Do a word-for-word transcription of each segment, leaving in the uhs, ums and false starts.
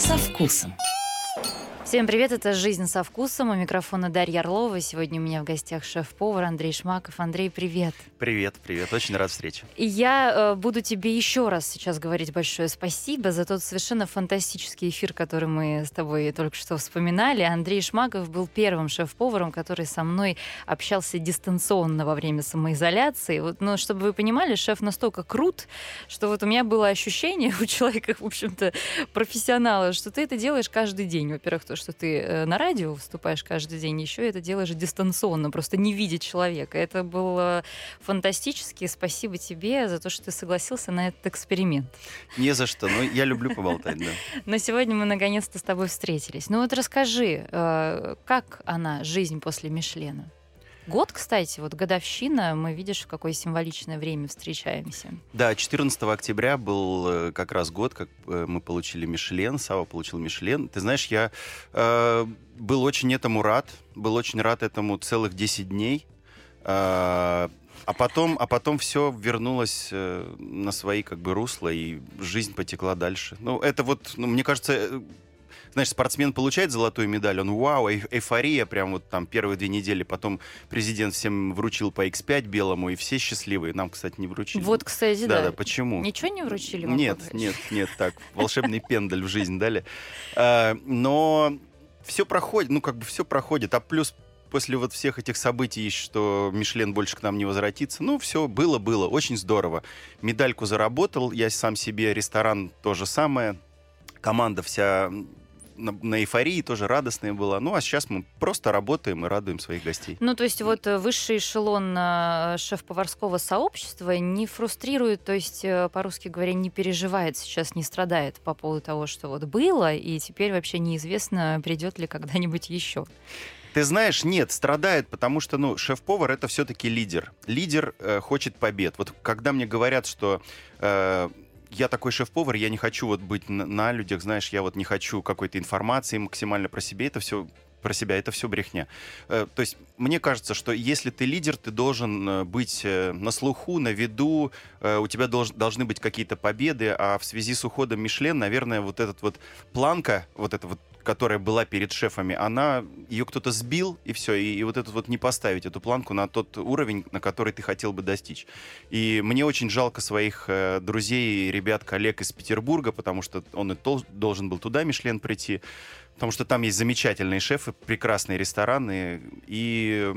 со вкусом. Всем привет, это «Жизнь со вкусом». У микрофона Дарья Орлова. Сегодня у меня в гостях шеф-повар Андрей Шмаков. Андрей, привет. Привет, привет. Очень рад встрече. И я э, буду тебе еще раз сейчас говорить большое спасибо за тот совершенно фантастический эфир, который мы с тобой только что вспоминали. Андрей Шмаков был первым шеф-поваром, который со мной общался дистанционно во время самоизоляции. Вот, ну, чтобы вы понимали, шеф настолько крут, что вот у меня было ощущение у человека, в общем-то, профессионала, что ты это делаешь каждый день. Во-первых, то, что ты на радио выступаешь каждый день, еще это делаешь дистанционно, просто не видя человека. Это было фантастически. Спасибо тебе за то, что ты согласился на этот эксперимент. Не за что, но я люблю поболтать, да. Но сегодня мы наконец-то с тобой встретились. Ну вот расскажи, как она, жизнь после Мишлена? Год, кстати, вот годовщина, мы, видишь, в какое символичное время встречаемся. Да, четырнадцатого октября был как раз год, как мы получили Мишлен, Сава получил Мишлен. Ты знаешь, я э, был очень этому рад, был очень рад этому целых десять дней. Э, а потом, а потом все вернулось э, на свои как бы русла, и жизнь потекла дальше. Ну, это вот, ну, мне кажется... Знаешь, спортсмен получает золотую медаль, он вау, эйфория, прям вот там первые две недели, потом президент всем вручил по икс пять белому, и все счастливые. Нам, кстати, не вручили. Вот, кстати, да. Да, да, почему? Ничего не вручили вам? Нет, пока? нет, нет, так, волшебный пендаль в жизнь дали. А, но все проходит, ну как бы все проходит, а плюс после вот всех этих событий, что Мишлен больше к нам не возвратится, ну все, было-было, очень здорово. Медальку заработал, я сам себе, ресторан то же самое, команда вся... На, на эйфории тоже радостная была. Ну, а сейчас мы просто работаем и радуем своих гостей. Ну, то есть вот высший эшелон шеф-поварского сообщества не фрустрирует, то есть, по-русски говоря, не переживает сейчас, не страдает по поводу того, что вот было, и теперь вообще неизвестно, придет ли когда-нибудь еще. Ты знаешь, нет, страдает, потому что, ну, шеф-повар — это все-таки лидер. Лидер э, хочет побед. Вот когда мне говорят, что... Э, я такой шеф-повар, я не хочу вот быть на, на людях, знаешь, я вот не хочу какой-то информации максимально про себя, это все про себя, это все брехня. Э, то есть мне кажется, что если ты лидер, ты должен быть э, на слуху, на виду, э, у тебя долж, должны быть какие-то победы, а в связи с уходом Мишлен, наверное, вот этот вот планка, вот эта вот, которая была перед шефами, она, ее кто-то сбил, и все, и, и вот этот вот не поставить эту планку на тот уровень, на который ты хотел бы достичь. И мне очень жалко своих э, друзей, ребят, коллег из Петербурга, потому что он и тол- должен был туда, Мишлен, прийти, потому что там есть замечательные шефы, прекрасные рестораны, и...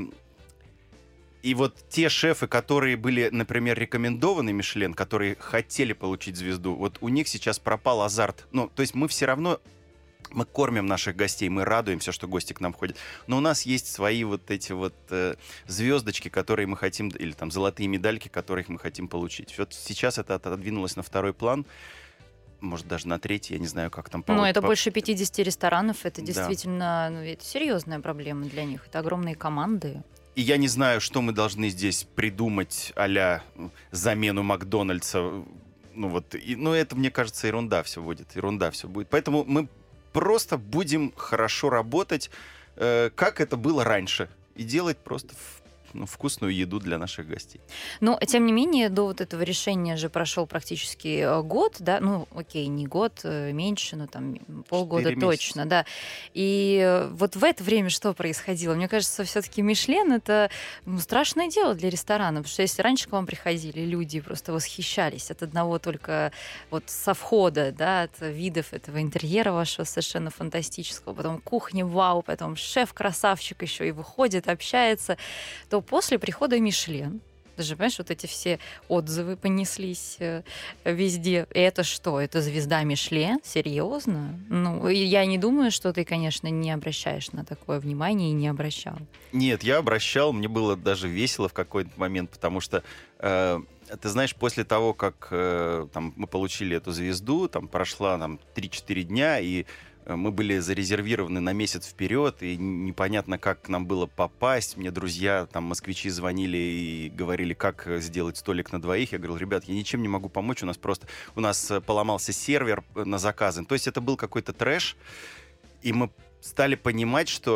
И вот те шефы, которые были, например, рекомендованы Мишлен, которые хотели получить звезду, вот у них сейчас пропал азарт. Ну, то есть мы все равно... Мы кормим наших гостей, мы радуемся, что гости к нам ходят. Но у нас есть свои вот эти вот э, звездочки, которые мы хотим, или там золотые медальки, которых мы хотим получить. Вот сейчас это отодвинулось на второй план, может, даже на третий, я не знаю, как там... Ну, это по... больше пятьдесят ресторанов, это Да. действительно, ну, это серьезная проблема для них, это огромные команды. И я не знаю, что мы должны здесь придумать а-ля замену Макдональдса. Ну, вот, и, ну, это, мне кажется, ерунда все будет, ерунда все будет. Поэтому мы просто будем хорошо работать, э, как это было раньше, и делать просто в, ну, вкусную еду для наших гостей. Но, тем не менее, до вот этого решения же прошел практически год, да, ну, окей, не год, меньше, но там полгода точно, да. И вот в это время что происходило? Мне кажется, все-таки Мишлен — это, ну, страшное дело для ресторана, потому что если раньше к вам приходили люди, просто восхищались от одного только вот со входа, да, от видов этого интерьера вашего совершенно фантастического, потом кухня, вау, потом шеф-красавчик еще и выходит, общается, то после прихода Мишлен, даже, понимаешь, вот эти все отзывы понеслись э, везде. И это что? Это звезда Мишлен? Серьезно? Ну, я не думаю, что ты, конечно, не обращаешь на такое внимание и не обращал. Нет, я обращал, мне было даже весело в какой-то момент, потому что, э, ты знаешь, после того, как э, там, мы получили эту звезду, там прошла там, три-четыре дня, и мы были зарезервированы на месяц вперед, и непонятно, как к нам было попасть. Мне друзья, там, москвичи звонили и говорили, как сделать столик на двоих. Я говорил, ребят, я ничем не могу помочь, у нас просто, у нас поломался сервер на заказы. То есть это был какой-то трэш, и мы стали понимать, что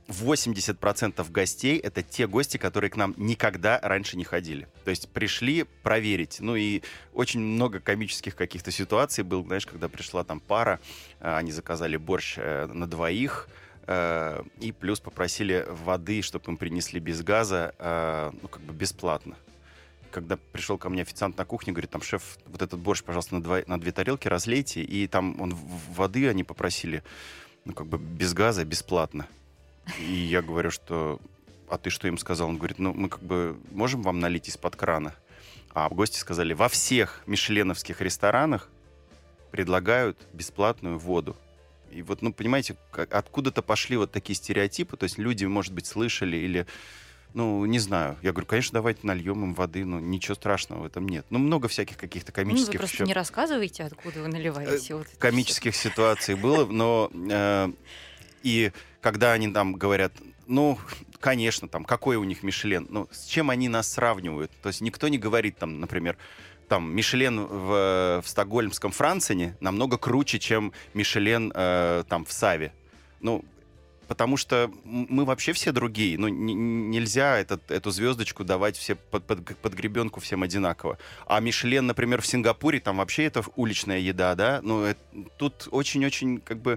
восемьдесят процентов гостей — это те гости, которые к нам никогда раньше не ходили. То есть пришли проверить. Ну и очень много комических каких-то ситуаций было, знаешь, когда пришла там пара, они заказали борщ на двоих, и плюс попросили воды, чтобы им принесли без газа, ну как бы бесплатно. Когда пришел ко мне официант на кухне, говорит, там, шеф, вот этот борщ, пожалуйста, на, два, на две тарелки разлейте, и там он, воды они попросили, ну как бы без газа, бесплатно. И я говорю, что... А ты что им сказал? Он говорит, ну, мы как бы можем вам налить из-под крана? А гости сказали, во всех мишленовских ресторанах предлагают бесплатную воду. И вот, ну, понимаете, откуда-то пошли вот такие стереотипы. То есть люди, может быть, слышали или... Ну, не знаю. Я говорю, конечно, давайте нальем им воды, но ничего страшного в этом нет. Ну, много всяких каких-то комических... Ну, вы просто еще... не рассказываете, откуда вы наливаете. Вот комических ситуаций было, но... Э, и когда они там говорят, ну, конечно, там, какой у них Мишлен, ну, с чем они нас сравнивают? То есть никто не говорит, там, например, там, Мишлен в, в стокгольмском Францене намного круче, чем Мишлен э, там в Саве. Ну, потому что мы вообще все другие. Ну, н- нельзя этот, эту звездочку давать все под, под, под гребенку всем одинаково. А Мишлен, например, в Сингапуре, там вообще это уличная еда, да? Ну, это, тут очень-очень, как бы...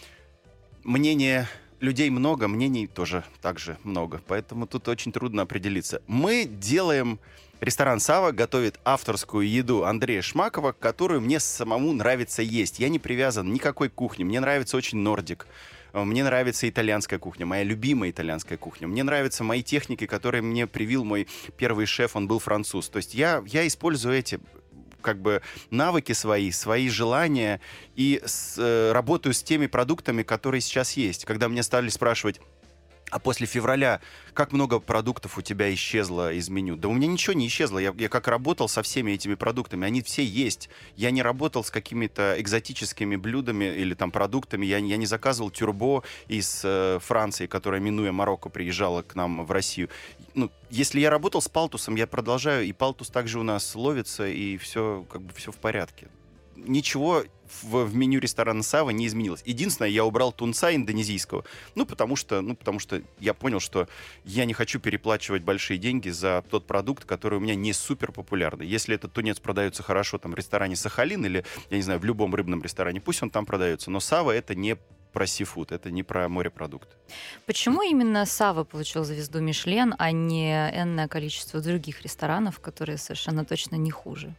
Мнение людей много, мнений тоже также много. Поэтому тут очень трудно определиться. Мы делаем... Ресторан «Сава» готовит авторскую еду Андрея Шмакова, которую мне самому нравится есть. Я не привязан ни к какой кухне. Мне нравится очень нордик. Мне нравится итальянская кухня, моя любимая итальянская кухня. Мне нравятся мои техники, которые мне привил мой первый шеф, он был француз. То есть я, я использую эти... как бы навыки свои, свои желания и с, э, работаю с теми продуктами, которые сейчас есть. Когда мне стали спрашивать, а после февраля как много продуктов у тебя исчезло из меню? Да у меня ничего не исчезло. Я, я как работал со всеми этими продуктами, они все есть. Я не работал с какими-то экзотическими блюдами или там продуктами. Я, я не заказывал тюрбо из э, Франции, которая, минуя Марокко, приезжала к нам в Россию. Ну, если я работал с палтусом, я продолжаю, и палтус также у нас ловится, и все, как бы, все в порядке. Ничего в, в меню ресторана «Сава» не изменилось. Единственное, я убрал тунца индонезийского, ну потому, что, ну, потому что я понял, что я не хочу переплачивать большие деньги за тот продукт, который у меня не супер популярный. Если этот тунец продается хорошо там, в ресторане «Сахалин» или, я не знаю, в любом рыбном ресторане, пусть он там продается, но «Сава» — это не про сифуд, это не про морепродукты. Почему именно «Сава» получил звезду Мишлен, а не энное количество других ресторанов, которые совершенно точно не хуже?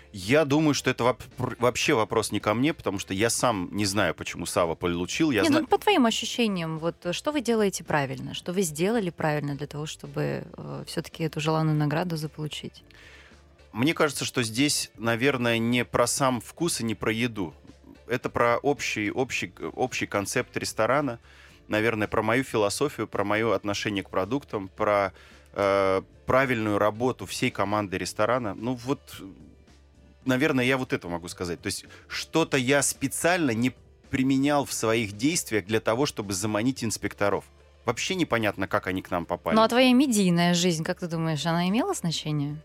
Я думаю, что это вообще вопрос не ко мне, потому что я сам не знаю, почему «Сава» получил. Я не, зна... ну, по твоим ощущениям, вот что вы делаете правильно? Что вы сделали правильно для того, чтобы э, все-таки эту желанную награду заполучить? Мне кажется, что здесь, наверное, не про сам вкус и не про еду. Это про общий, общий, общий концепт ресторана, наверное, про мою философию, про мое отношение к продуктам, про э, правильную работу всей команды ресторана. Ну вот, наверное, я вот это могу сказать. То есть что-то я специально не применял в своих действиях для того, чтобы заманить инспекторов. Вообще непонятно, как они к нам попали. Ну а твоя медийная жизнь, как ты думаешь, она имела значение?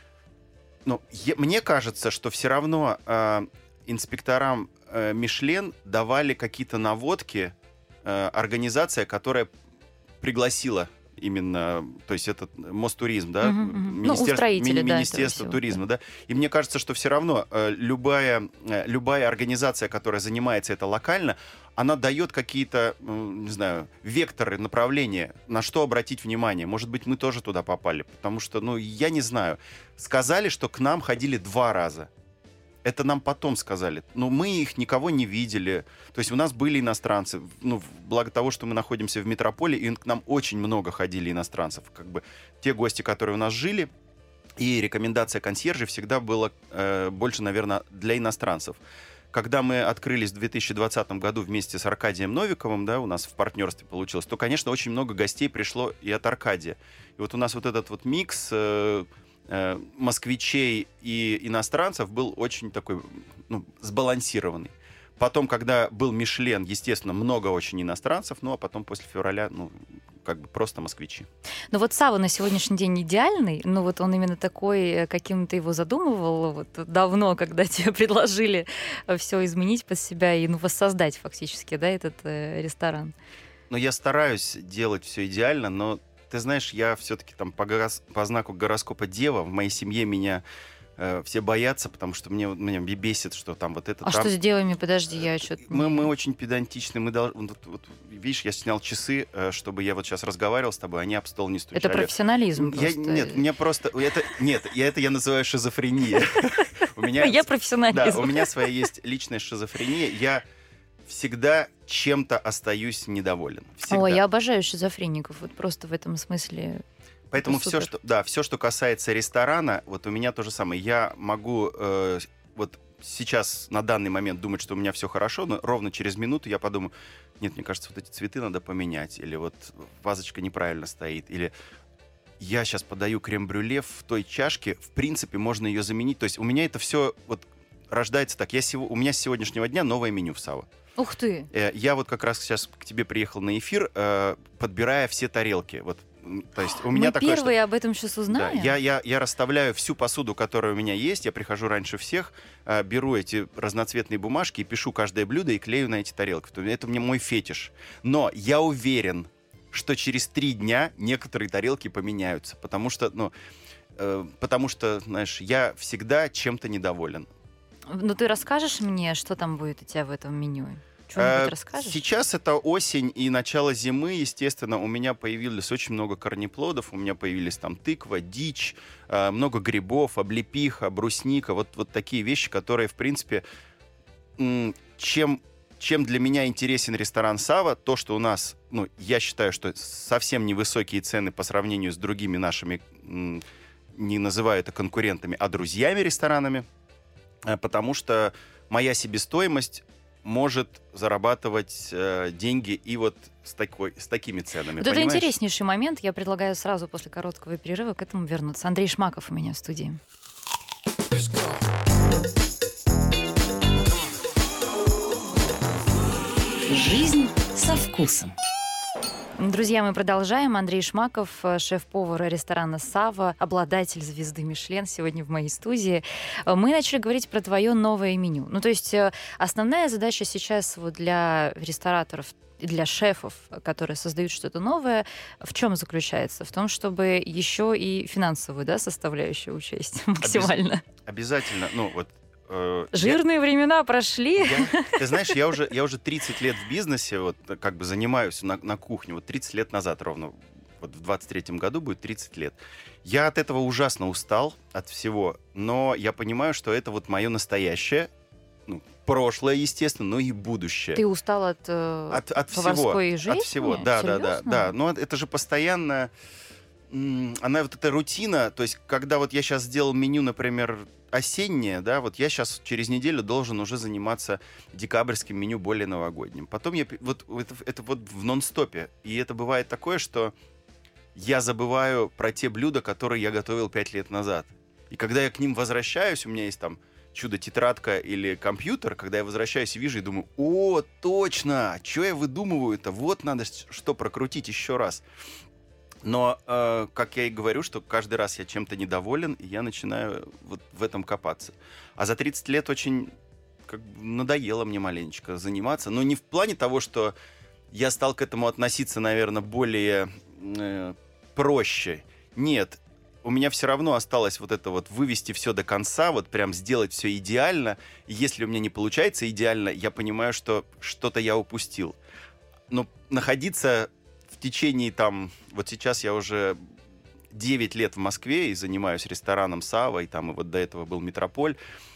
Ну, я, мне кажется, что все равно э, инспекторам э, Мишлен давали какие-то наводки э, организация, которая пригласила именно, то есть это Мостуризм, да, угу, угу. Министерство, ну, ми- да, Министерство туризма, да. да. И мне кажется, что все равно э, любая, э, любая организация, которая занимается это локально, она дает какие-то, э, не знаю, векторы, направления, на что обратить внимание. Может быть, мы тоже туда попали, потому что, ну, я не знаю. Сказали, что к нам ходили два раза. Это нам потом сказали. Но мы их никого не видели. То есть у нас были иностранцы. Ну, благо того, что мы находимся в метрополе, и к нам очень много ходили иностранцев. Как бы те гости, которые у нас жили, и рекомендация консьержей всегда была э, больше, наверное, для иностранцев. Когда мы открылись в две тысячи двадцатом году вместе с Аркадием Новиковым, да, у нас в партнерстве получилось, то, конечно, очень много гостей пришло и от Аркадия. И вот у нас вот этот вот микс... Э, москвичей и иностранцев был очень такой, ну, сбалансированный. Потом, когда был Мишлен, естественно, много очень иностранцев, ну, а потом после февраля, ну, как бы просто москвичи. Ну вот «Сава» на сегодняшний день идеальный, ну вот он именно такой, каким ты его задумывал вот давно, когда тебе предложили все изменить под себя и ну, воссоздать фактически, да, этот э, ресторан. Но я стараюсь делать все идеально, но ты знаешь, я все-таки там по, горос... по знаку гороскопа Дева, в моей семье меня э, все боятся, потому что мне, меня бесит, что там вот это... А там... что с девами? Подожди, я что-то... Мы, мы очень педантичны, мы должны... Вот, вот, видишь, я снял часы, э, чтобы я вот сейчас разговаривал с тобой, они об стол не стучали. Это профессионализм я, просто. Нет, у меня просто... Это, нет, я, это я называю шизофренией. У меня, я профессионализм. Да, у меня своя есть личная шизофрения. Я всегда чем-то остаюсь недоволен. Всегда. О, я обожаю шизофреников, вот просто в этом смысле. Поэтому все, что, да, все, что касается ресторана, вот у меня то же самое. Я могу э, вот сейчас на данный момент думать, что у меня все хорошо, но ровно через минуту я подумаю, нет, мне кажется, вот эти цветы надо поменять, или вот вазочка неправильно стоит, или я сейчас подаю крем-брюле в той чашке, в принципе, можно ее заменить. То есть у меня это все вот рождается так. Я сего, у меня с сегодняшнего дня новое меню в Сава. Ух ты! Я вот как раз сейчас к тебе приехал на эфир, подбирая все тарелки. Вот, то есть у меня Мы такое, первые что... об этом сейчас узнаем. Да, я, я, я расставляю всю посуду, которая у меня есть, я прихожу раньше всех, беру эти разноцветные бумажки и пишу каждое блюдо и клею на эти тарелки. Это мне мой фетиш. Но я уверен, что через три дня некоторые тарелки поменяются, потому что, ну, э, потому что, знаешь, я всегда чем-то недоволен. Ну, ты расскажешь мне, что там будет у тебя в этом меню? Что-нибудь расскажешь? Сейчас это осень и начало зимы, естественно, у меня появилось очень много корнеплодов, у меня появились там тыква, дичь, много грибов, облепиха, брусника, вот, вот такие вещи, которые, в принципе, чем, чем для меня интересен ресторан Сава, то, что у нас, ну, я считаю, что совсем невысокие цены по сравнению с другими нашими, не называю это конкурентами, а друзьями-ресторанами, потому что моя себестоимость может зарабатывать э, деньги и вот с, такой, с такими ценами. Вот это интереснейший момент. Я предлагаю сразу после короткого перерыва к этому вернуться. Андрей Шмаков у меня в студии. Жизнь со вкусом. Друзья, мы продолжаем. Андрей Шмаков, шеф-повар ресторана «Сава», обладатель звезды Мишлен, сегодня в моей студии. Мы начали говорить про твое новое меню. Ну, то есть основная задача сейчас вот для рестораторов, для шефов, которые создают что-то новое, в чем заключается? В том, чтобы еще и финансовую, да, составляющую учесть максимально. Обязательно. Ну, вот Жирные я, времена прошли. Я, ты знаешь, я уже, я уже тридцать лет в бизнесе, вот как бы занимаюсь на, на кухне. Вот тридцать лет назад ровно, вот в двадцать третьем году будет тридцать лет. Я от этого ужасно устал, от всего. Но я понимаю, что это вот мое настоящее, ну, прошлое, естественно, но и будущее. Ты устал от, э, от, от поварской всего, жизни? От всего, да, Серьезно? да, да, да. Но это же постоянно... Она вот эта рутина, то есть когда вот я сейчас сделал меню, например, осеннее, да, вот я сейчас через неделю должен уже заниматься декабрьским меню более новогодним. Потом я вот это, это вот в нон-стопе. И это бывает такое, что я забываю про те блюда, которые я готовил пять лет назад. И когда я к ним возвращаюсь, у меня есть там чудо-тетрадка или компьютер, когда я возвращаюсь и вижу, и думаю, о, точно, что я выдумываю-то, вот надо что прокрутить еще раз. Но, э, как я и говорю, что каждый раз я чем-то недоволен, и я начинаю вот в этом копаться. А за тридцать лет очень как бы надоело мне маленечко заниматься. Но не в плане того, что я стал к этому относиться, наверное, более э, проще. Нет, у меня все равно осталось вот это вот вывести все до конца, вот прям сделать все идеально. И если у меня не получается идеально, я понимаю, что что-то я упустил. Но находиться... В течение там, вот сейчас я уже девять лет в Москве и занимаюсь рестораном «Сава», и там и вот до этого был «Метрополь».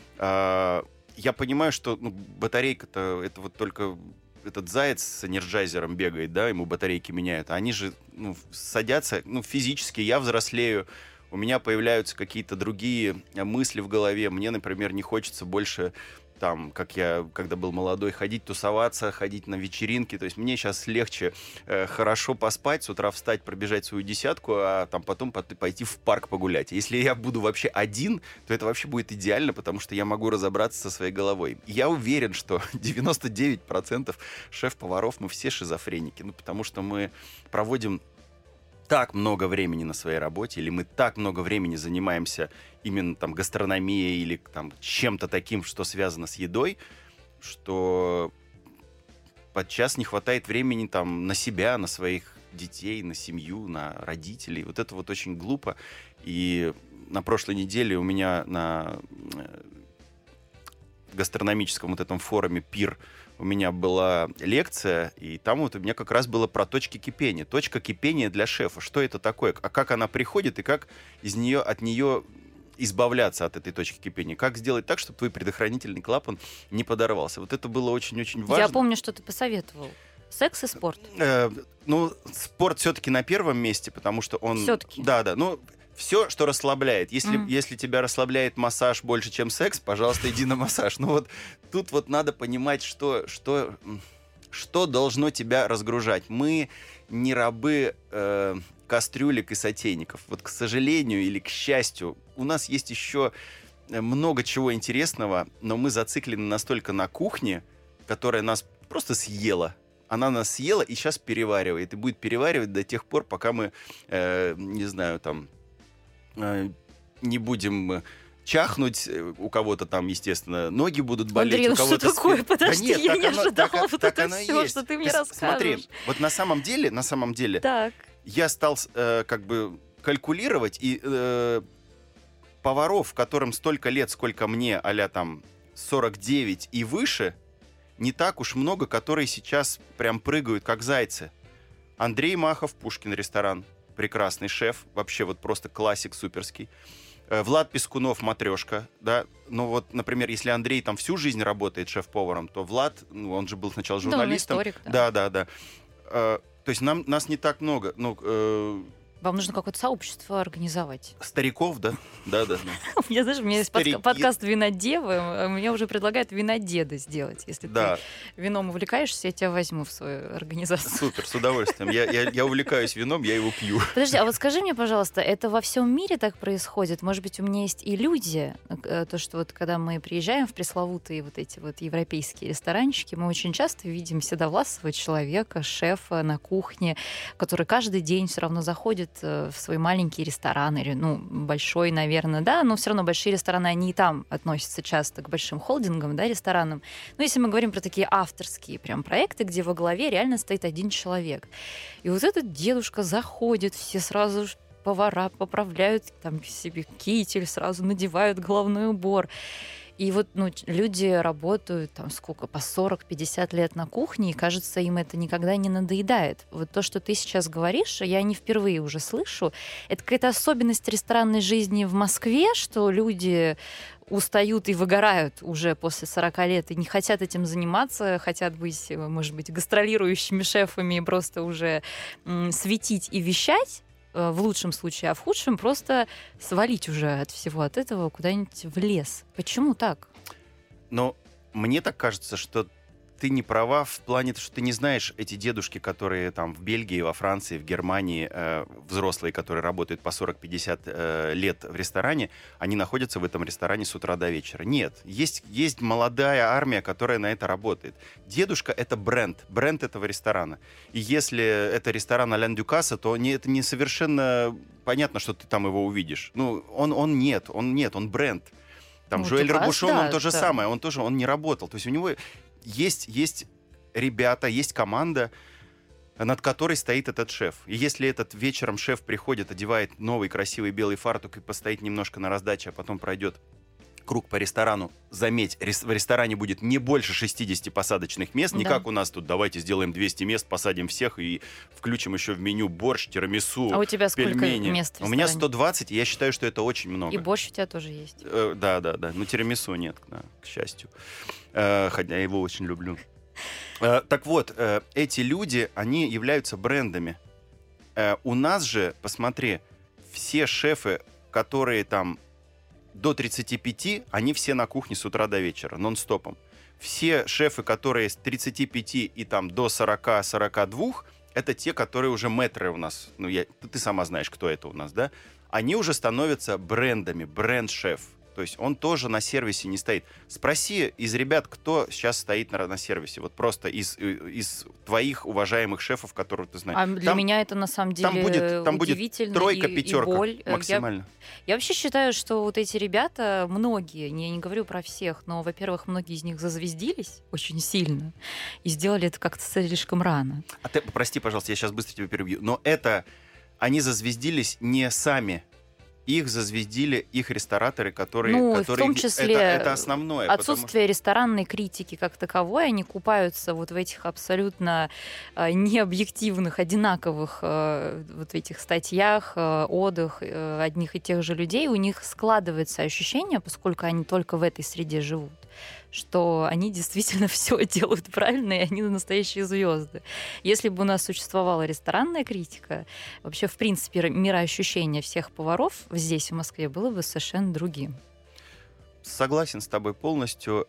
А, я понимаю, что ну, батарейка-то, это вот только этот заяц с энерджайзером бегает, да, ему батарейки меняют. А они же ну, садятся, ну, физически я взрослею, у меня появляются какие-то другие мысли в голове. Мне, например, не хочется больше... Там, как я, когда был молодой, ходить, тусоваться, ходить на вечеринки. То есть мне сейчас легче э, хорошо поспать, с утра встать, пробежать свою десятку, а там потом пойти в парк погулять. Если я буду вообще один, то это вообще будет идеально, потому что я могу разобраться со своей головой. Я уверен, что девяносто девять процентов шеф-поваров мы все шизофреники. Ну, потому что мы проводим так много времени на своей работе, или мы так много времени занимаемся именно там гастрономией или там чем-то таким, что связано с едой, что подчас не хватает времени там на себя, на своих детей, на семью, на родителей. Вот это вот очень глупо. И на прошлой неделе у меня на гастрономическом вот этом форуме «Пир» у меня была лекция, и там вот у меня как раз было про точки кипения. Точка кипения для шефа. Что это такое? А как она приходит, и как из нее, от нее избавляться от этой точки кипения? Как сделать так, чтобы твой предохранительный клапан не подорвался? Вот это было очень-очень важно. Я помню, что ты посоветовал. Секс и спорт. Э, ну, спорт все-таки на первом месте, потому что он... Все-таки. Да, да. Ну, все, что расслабляет. Если, Mm. если тебя расслабляет массаж больше, чем секс, пожалуйста, иди на массаж. Ну вот тут вот надо понимать, что, что, что должно тебя разгружать. Мы не рабы э, кастрюлек и сотейников. Вот, к сожалению или к счастью, у нас есть еще много чего интересного, но мы зациклены настолько на кухне, которая нас просто съела. Она нас съела и сейчас переваривает. И будет переваривать до тех пор, пока мы, э, не знаю, там... не будем чахнуть, у кого-то там, естественно, ноги будут болеть, Андрей, ну у кого-то... что такое? Подожди, да нет, я не оно, ожидала так, вот так это оно все, есть. что ты мне ты расскажешь. Смотри, вот на самом деле, на самом деле, так. я стал э, как бы калькулировать, и э, поваров, которым столько лет, сколько мне, а-ля там сорок девять и выше, не так уж много, которые сейчас прям прыгают, как зайцы. Андрей Махов, Пушкин ресторан. Прекрасный шеф, вообще вот просто классик суперский. Влад Пескунов, матрешка, да. Ну вот, например, если Андрей там всю жизнь работает шеф-поваром, то Влад, ну, он же был сначала журналистом. Да, он историк, Да, да. да, да. Э, то есть нам, нас не так много. Ну, э, Вам нужно какое-то сообщество организовать. стариков, да? Да, да. У меня, знаешь, у меня есть Старики. подка- подкаст «Винодевы», а мне уже предлагают винодеда сделать. Если Да. ты вином увлекаешься, я тебя возьму в свою организацию. Супер, с удовольствием. Я, я, я увлекаюсь вином, я его пью. Подожди, а вот скажи мне, пожалуйста, это во всем мире так происходит? Может быть, у меня есть иллюзия, э, то, что вот когда мы приезжаем в пресловутые вот эти вот европейские ресторанчики, мы очень часто видим седовласого человека, шефа на кухне, который каждый день все равно заходит в свой маленький ресторан, или, ну, большой, наверное, да, но все равно большие рестораны, они и там относятся часто к большим холдингам, да, ресторанам. Но если мы говорим про такие авторские прям проекты, где во главе реально стоит один человек. И вот этот дедушка заходит, все сразу повара поправляют там себе китель, сразу надевают головной убор. И вот ну, люди работают там сколько, по сорок-пятьдесят лет на кухне, и кажется, им это никогда не надоедает. Вот то, что ты сейчас говоришь, я не впервые уже слышу. Это какая-то особенность ресторанной жизни в Москве, что люди устают и выгорают уже после сорока лет и не хотят этим заниматься, хотят быть, может быть, гастролирующими шефами и просто уже м, светить и вещать, в лучшем случае, а в худшем просто свалить уже от всего от этого куда-нибудь в лес. Почему так? Но мне так кажется, что ты не права в плане, что ты не знаешь эти дедушки, которые там в Бельгии, во Франции, в Германии, э, взрослые, которые работают по сорок-пятьдесят э, лет в ресторане, они находятся в этом ресторане с утра до вечера. Нет, есть, есть молодая армия, которая на это работает. Дедушка — это бренд, бренд этого ресторана. И если это ресторан Алян Дюкаса, то не, это не совершенно понятно, что ты там его увидишь. Ну, он, он нет, он нет, он бренд. Там Ну, Жуэль Дюкас, Робушон, да, он то же да. самое, он тоже, он не работал. То есть у него есть, есть ребята, есть команда, над которой стоит этот шеф. И если этот вечером шеф приходит, одевает новый красивый белый фартук и постоит немножко на раздаче, а потом пройдет круг по ресторану, заметь, рес- в ресторане будет не больше шестидесяти посадочных мест, не Да. как у нас тут, давайте сделаем двести мест, посадим всех и включим еще в меню борщ, тирамису, А у тебя сколько пельмени. мест в У меня ресторане? сто двадцать, и я считаю, что это очень много. И борщ у тебя тоже есть. Э, Да, да, да. Но тирамису нет, да, к счастью. Э, Хотя я его очень люблю. Э, Так вот, э, эти люди, они являются брендами. Э, У нас же, посмотри, все шефы, которые там до тридцати пяти, они все на кухне с утра до вечера, нон-стопом. Все шефы, которые с тридцати пяти и там до сорока-сорока двух, это те, которые уже мэтры у нас. Ну, я, ты сама знаешь, кто это у нас, да? Они уже становятся брендами, бренд-шеф. То есть он тоже на сервисе не стоит. Спроси из ребят, кто сейчас стоит на, на сервисе. Вот просто из, из твоих уважаемых шефов, которых ты знаешь. А для там, меня это на самом деле там будет, там удивительно будет тройка, и, пятерка и боль. максимально. Я, я вообще считаю, что вот эти ребята, многие, я не говорю про всех, но, во-первых, многие из них зазвездились очень сильно и сделали это как-то слишком рано. А ты, прости, пожалуйста, я сейчас быстро тебя перебью. Но это они зазвездились не сами. Их зазвездили их рестораторы, которые... Ну, которые в том числе это, это основное. отсутствие потому... ресторанной критики как таковой, они купаются вот в этих абсолютно э, необъективных, одинаковых э, вот этих статьях, э, одах э, одних и тех же людей. У них складывается ощущение, поскольку они только в этой среде живут, что они действительно все делают правильно, и они настоящие звезды. Если бы у нас существовала ресторанная критика, вообще, в принципе, мироощущение всех поваров здесь, в Москве, было бы совершенно другим. Согласен с тобой полностью.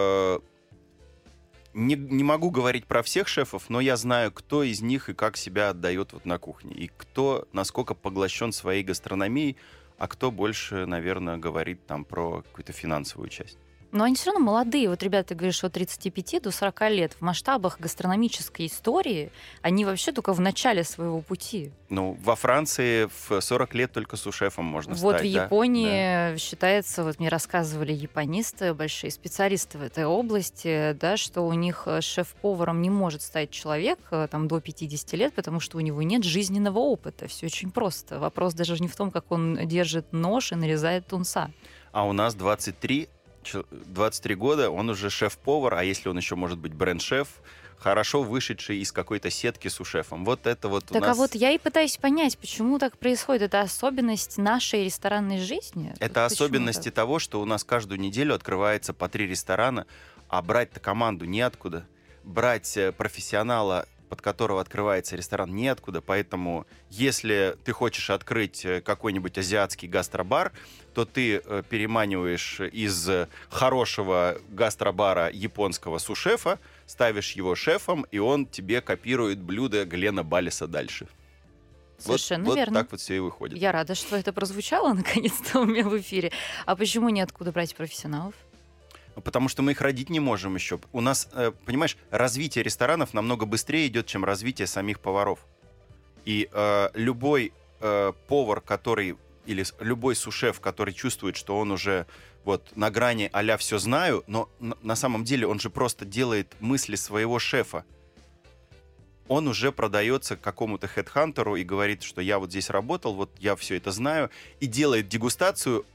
Не, не могу говорить про всех шефов, но я знаю, кто из них и как себя отдает вот на кухне, и кто насколько поглощен своей гастрономией, а кто больше, наверное, говорит там про какую-то финансовую часть. Но они все равно молодые. Вот, ребята, ты говоришь, от тридцати пяти до сорока лет. В масштабах гастрономической истории они вообще только в начале своего пути. Ну, во Франции в сорок лет только су-шефом можно вот стать. Вот в да? Японии да. считается, вот мне рассказывали японисты, большие специалисты в этой области, да, что у них шеф-поваром не может стать человек там, до пятидесяти лет, потому что у него нет жизненного опыта. Все очень просто. Вопрос даже не в том, как он держит нож и нарезает тунца. А у нас двадцать три двадцать три года, он уже шеф-повар, а если он еще может быть бренд-шеф, хорошо вышедший из какой-то сетки су-шефом. Вот это вот так у нас... а вот я и пытаюсь понять, почему так происходит. Это особенность нашей ресторанной жизни? Это почему особенности так? того, что у нас каждую неделю открывается по три ресторана, а брать-то команду неоткуда. Брать профессионала, под которого открывается ресторан, неоткуда. Поэтому, если ты хочешь открыть какой-нибудь азиатский гастробар, то ты переманиваешь из хорошего гастробара японского су-шефа, ставишь его шефом, и он тебе копирует блюдо Глена Баллеса дальше. Совершенно вот, верно. Вот так вот все и выходит. Я рада, что это прозвучало наконец-то у меня в эфире. А почему неоткуда брать профессионалов? Потому что мы их родить не можем еще. У нас, понимаешь, развитие ресторанов намного быстрее идет, чем развитие самих поваров. И э, любой э, повар, который, или любой су-шеф, который чувствует, что он уже вот на грани а-ля все знаю, но на, на самом деле он же просто делает мысли своего шефа. Он уже продается какому-то хедхантеру и говорит, что я вот здесь работал, вот я все это знаю, и делает дегустацию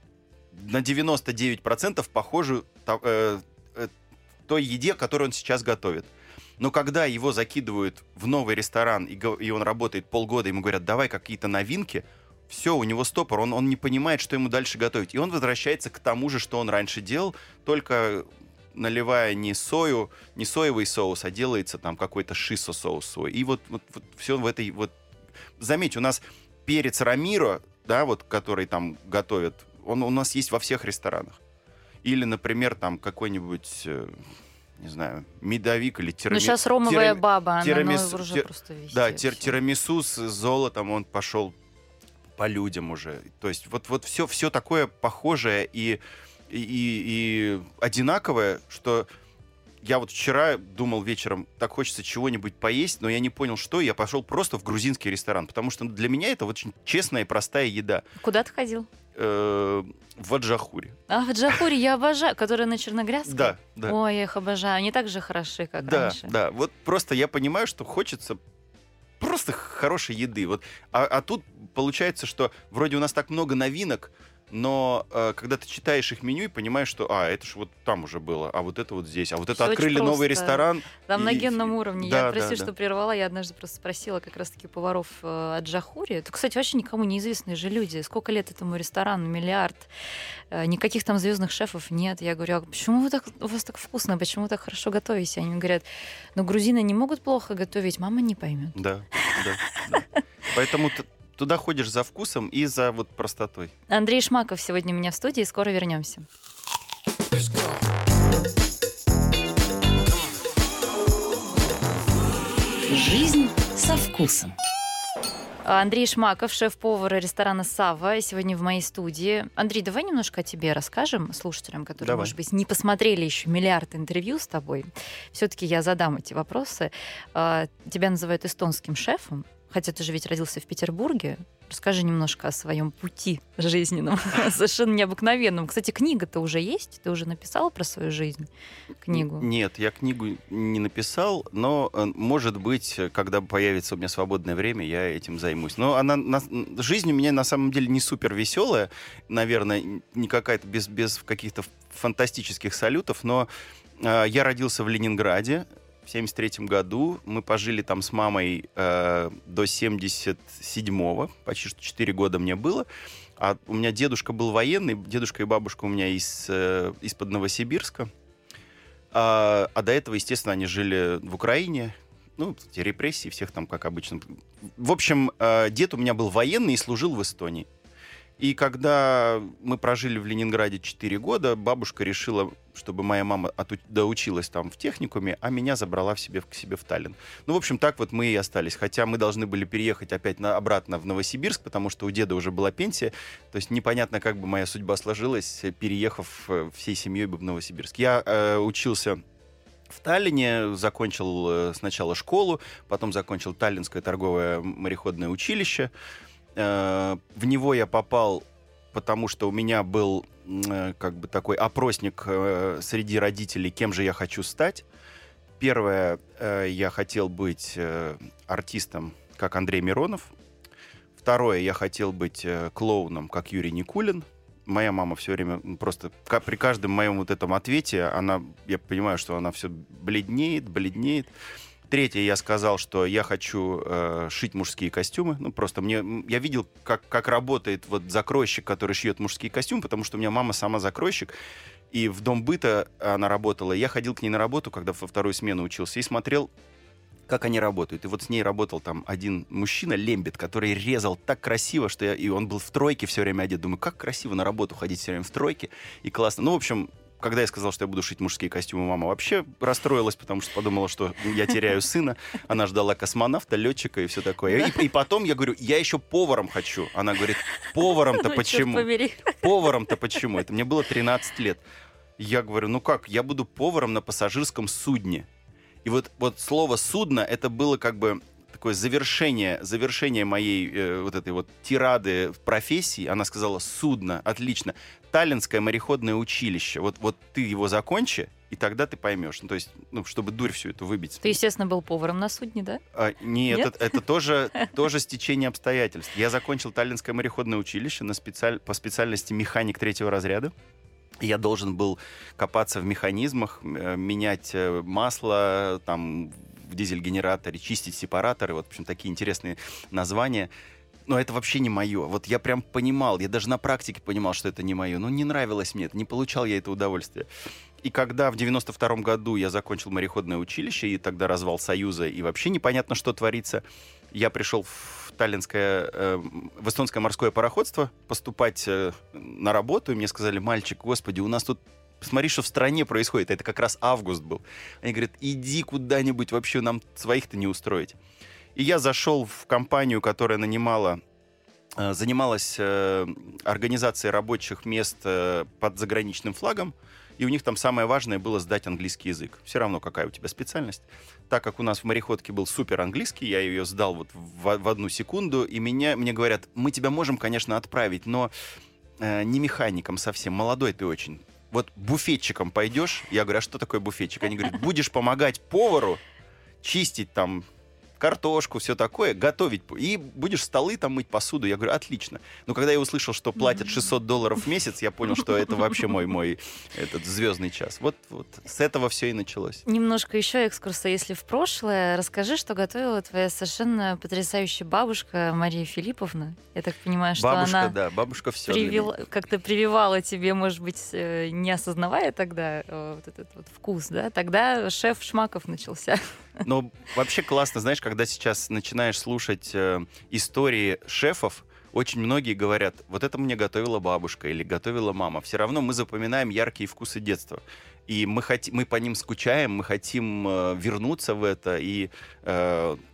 на девяносто девять процентов похожую э, э, той еде, которую он сейчас готовит. Но когда его закидывают в новый ресторан, и, и он работает полгода, ему говорят, давай какие-то новинки, все, у него стопор, он, он не понимает, что ему дальше готовить. И он возвращается к тому же, что он раньше делал, только наливая не сою, не соевый соус, а делается там какой-то шисо-соус свой. И вот, вот, вот все в этой... Вот... Заметь, у нас перец рамиро, да, вот, который там готовят, он у нас есть во всех ресторанах. Или, например, там какой-нибудь, не знаю, медовик или тирамису. Ну, сейчас ромовая тирами... баба, тирамису... она уже тир... просто везде. Да, тир... тирамису с золотом, он пошел по людям уже. То есть вот, вот все, все такое похожее и, и, и одинаковое, что я вот вчера думал вечером, так хочется чего-нибудь поесть, но я не понял, что, и я пошел просто в грузинский ресторан, потому что для меня это очень честная и простая еда. Куда ты ходил? В Аджахуре. А, в Аджахуре я обожаю, которая на Черногрязской? Да, да. Ой, я их обожаю. Они так же хороши, как да, раньше. Да, вот просто я понимаю, что хочется просто хорошей еды. Вот. А, а тут получается, что вроде у нас так много новинок, но э, когда ты читаешь их меню и понимаешь, что а, это же вот там уже было, а вот это вот здесь, а вот это Всё открыли очень новый просто. ресторан. Там и... на генном уровне. Да, я, прости, да, что да. прервала, я однажды просто спросила как раз-таки поваров э, Аджахури. Это, кстати, вообще никому неизвестные же люди. Сколько лет этому ресторану? Миллиард. Э, никаких там звездных шефов нет. Я говорю, а почему вы так, у вас так вкусно, почему вы так хорошо готовите? Они мне говорят, ну грузины не могут плохо готовить, мама не поймет. Да, да, да. Поэтому туда ходишь за вкусом и за вот простотой. Андрей Шмаков сегодня у меня в студии, скоро вернемся. Жизнь со вкусом. Андрей Шмаков, шеф-повар ресторана «Савва», сегодня в моей студии. Андрей, давай немножко о тебе расскажем слушателям, которые, давай. может быть, не посмотрели еще миллиард интервью с тобой. Все-таки я задам эти вопросы. Тебя называют эстонским шефом, хотя ты же ведь родился в Петербурге. Расскажи немножко о своем пути жизненном, совершенно необыкновенном. Кстати, книга-то уже есть? Ты уже написал про свою жизнь книгу? Нет, я книгу не написал, но, может быть, когда появится у меня свободное время, я этим займусь. Но она, на, жизнь у меня на самом деле не супер веселая, наверное, не какая-то без, без каких-то фантастических салютов, но э, я родился в Ленинграде. В семьдесят третьем году мы пожили там с мамой э, до семьдесят седьмого, почти что четыре года мне было. А у меня дедушка был военный, дедушка и бабушка у меня из, э, из-под Новосибирска. А, а до этого, естественно, они жили в Украине. Ну, эти репрессии всех там, как обычно. В общем, э, дед у меня был военный и служил в Эстонии. И когда мы прожили в Ленинграде четыре года, бабушка решила, чтобы моя мама оту- доучилась там в техникуме, а меня забрала в себе, к себе в Таллин. Ну, в общем, так вот мы и остались. Хотя мы должны были переехать опять на, обратно в Новосибирск, потому что у деда уже была пенсия. То есть непонятно, как бы моя судьба сложилась, переехав всей семьей бы в Новосибирск. Я э, учился в Таллине, закончил э, сначала школу, потом закончил Таллинское торговое мореходное училище. В него я попал, потому что у меня был как бы такой опросник среди родителей, кем же я хочу стать. Первое, я хотел быть артистом, как Андрей Миронов. Второе, я хотел быть клоуном, как Юрий Никулин. Моя мама все время просто при каждом моем вот этом ответе, она, я понимаю, что она все бледнеет, бледнеет. Третье, я сказал, что я хочу э, шить мужские костюмы. Ну, просто мне... Я видел, как, как работает вот закройщик, который шьет мужские костюмы, потому что у меня мама сама закройщик. И в Дом быта она работала. Я ходил к ней на работу, когда во вторую смену учился, и смотрел, как они работают. И вот с ней работал там один мужчина, Лембит, который резал так красиво, что я... И он был в тройке все время одет. Думаю, как красиво на работу ходить все время в тройке. И классно. Ну, в общем... Когда я сказал, что я буду шить мужские костюмы, мама вообще расстроилась, потому что подумала, что я теряю сына. Она ждала космонавта, летчика и все такое. И, и потом я говорю, я еще поваром хочу. Она говорит, поваром-то Ну, почему? черт побери. Поваром-то почему? Это мне было тринадцать лет. Я говорю, ну как, я буду поваром на пассажирском судне. И вот, вот слово «судно» это было как бы такое завершение, завершение моей э, вот этой вот тирады в профессии. Она сказала, судно, отлично. Таллинское мореходное училище. Вот, вот ты его закончи, и тогда ты поймешь. Ну, то есть, ну, чтобы дурь всю эту выбить. Ты, естественно, был поваром на судне, да? А, нет, Нет? это, это тоже, тоже стечение обстоятельств. Я закончил Таллинское мореходное училище на специаль... по специальности механик третьего разряда. Я должен был копаться в механизмах, менять масло, там, в дизель-генераторе, чистить сепараторы. Вот, в общем, такие интересные названия. Но это вообще не мое. Вот я прям понимал, я даже на практике понимал, что это не мое. Но не нравилось мне это, не получал я это удовольствие. И когда в девяносто втором году я закончил мореходное училище, и тогда развал Союза, и вообще непонятно, что творится, я пришел в Таллинское, э, в эстонское морское пароходство поступать э, на работу, и мне сказали, мальчик, господи, у нас тут посмотри, что в стране происходит. Это как раз август был. Они говорят, иди куда-нибудь, вообще нам своих-то не устроить. И я зашел в компанию, которая нанимала, э, занималась э, организацией рабочих мест э, под заграничным флагом. И у них там самое важное было сдать английский язык. Все равно, какая у тебя специальность. Так как у нас в мореходке был супер английский, я ее сдал вот в, в одну секунду. И меня, мне говорят, мы тебя можем, конечно, отправить, но э, не механиком совсем, молодой ты очень. Вот буфетчиком пойдешь. Я говорю, а что такое буфетчик? Они говорят, будешь помогать повару чистить там картошку, все такое, готовить. И будешь столы там мыть, посуду. Я говорю, отлично. Но когда я услышал, что платят шестьсот долларов в месяц, я понял, что это вообще мой, мой этот звездный час. Вот, вот с этого все и началось. Немножко еще экскурса, если в прошлое. Расскажи, что готовила твоя совершенно потрясающая бабушка Мария Филипповна. Я так понимаю, что бабушка, она да, бабушка все привел, как-то прививала тебе, может быть, не осознавая тогда вот этот вот вкус, да? Тогда шеф Шмаков начался. Но вообще классно, знаешь, когда сейчас начинаешь слушать э, истории шефов, очень многие говорят, вот это мне готовила бабушка или готовила мама. Все равно мы запоминаем яркие вкусы детства. И мы, хотим, мы по ним скучаем, мы хотим э, вернуться в это. И э,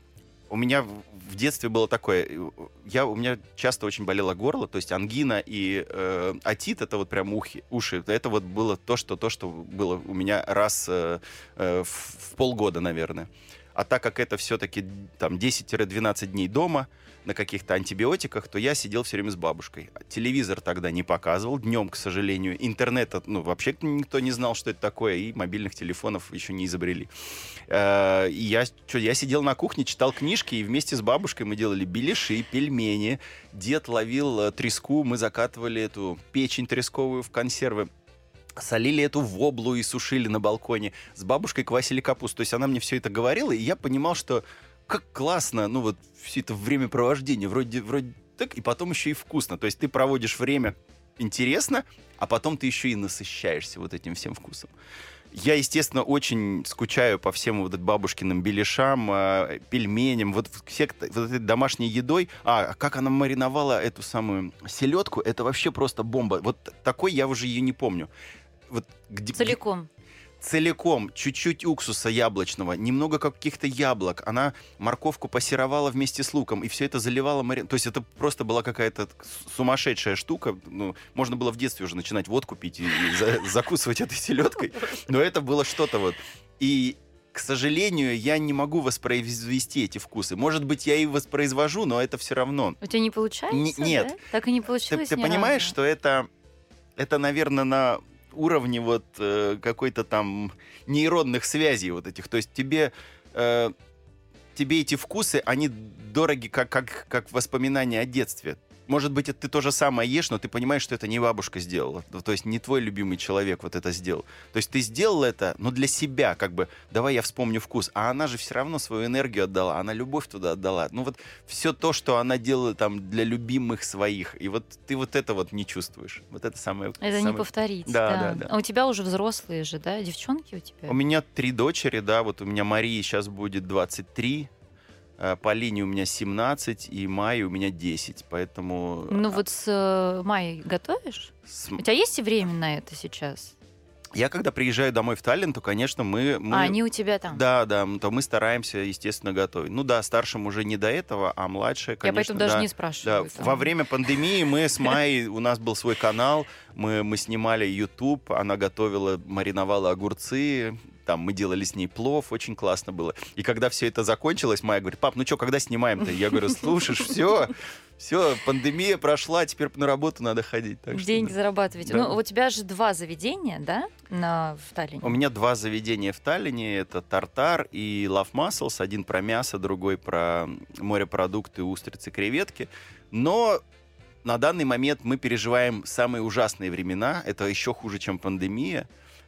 У меня в детстве было такое, я, у меня часто очень болело горло, то есть ангина и э, отит, это вот прям ухи, уши, это вот было то, что, то, что было у меня раз э, э, в, в полгода, наверное. А так как это все-таки там десять-двенадцать дней дома на каких-то антибиотиках, то я сидел все время с бабушкой. Телевизор тогда не показывал, днем, к сожалению. Интернета, ну, вообще никто не знал, что это такое, и мобильных телефонов еще не изобрели. И я, что, я сидел на кухне, читал книжки, и вместе с бабушкой мы делали беляши, пельмени. Дед ловил треску, мы закатывали эту печень тресковую в консервы. Солили эту воблу и сушили на балконе. С бабушкой квасили капусту. То есть она мне все это говорила, и я понимал, что как классно, ну вот все это времяпровождение, вроде, вроде так, и потом еще и вкусно. То есть ты проводишь время интересно, а потом ты еще и насыщаешься вот этим всем вкусом. Я, естественно, очень скучаю по всем вот бабушкиным беляшам, э, пельменям, вот, все, вот этой домашней едой. А, как она мариновала эту самую селедку, это вообще просто бомба. Вот такой я уже ее не помню. Вот, где, Целиком. Целиком, чуть-чуть уксуса яблочного, немного каких-то яблок. Она морковку пассеровала вместе с луком, и все это заливала марином. То есть это просто была какая-то сумасшедшая штука. Ну, можно было в детстве уже начинать водку пить и, и за, закусывать этой селедкой. Но это было что-то вот. И, к сожалению, я не могу воспроизвести эти вкусы. Может быть, я и воспроизвожу, но это все равно. У тебя не получается? Н- нет. Да? Так и не получилось. Ты, ты ни понимаешь, разу. что это, это, наверное, на уровне вот э, какой-то там нейронных связей вот этих. То есть тебе, э, тебе эти вкусы, они дороги, как, как, как воспоминания о детстве. Может быть, это ты то же самое ешь, но ты понимаешь, что это не бабушка сделала. То есть не твой любимый человек вот это сделал. То есть ты сделал это, но для себя, как бы, давай я вспомню вкус. А она же все равно свою энергию отдала, она любовь туда отдала. Ну вот все то, что она делала там для любимых своих. И вот ты вот это вот не чувствуешь. Вот это самое... Это самое... не повторить. Да, да. да, да. А у тебя уже взрослые же, да? Девчонки у тебя? У меня три дочери, да. Вот у меня Марии сейчас будет двадцать три. Полине у меня семнадцать, и Майе у меня десять, поэтому... Ну вот с э, Майей готовишь? С... У тебя есть время на это сейчас? Я когда приезжаю домой в Таллин, то, конечно, мы... мы... А они у тебя там? Да, да, то мы стараемся, естественно, готовить. Ну да, старшим уже не до этого, а младшая, конечно, Я поэтому даже да, не спрашиваю. Да. Во время пандемии мы с Майей, у нас был свой канал, мы, мы снимали YouTube, она готовила, мариновала огурцы, там мы делали с ней плов, очень классно было. И когда все это закончилось, Майя говорит: пап, ну что, когда снимаем-то? Я говорю: слушаешь, все, все, пандемия прошла, теперь на работу надо ходить. Так Деньги что, зарабатывать. да. Ну, у тебя же два заведения, да, на, в Таллине? У меня два заведения в Таллине. Это Тартар и Love Mussels. Один про мясо, другой про морепродукты, устрицы, креветки. Но на данный момент мы переживаем самые ужасные времена. Это еще хуже, чем пандемия.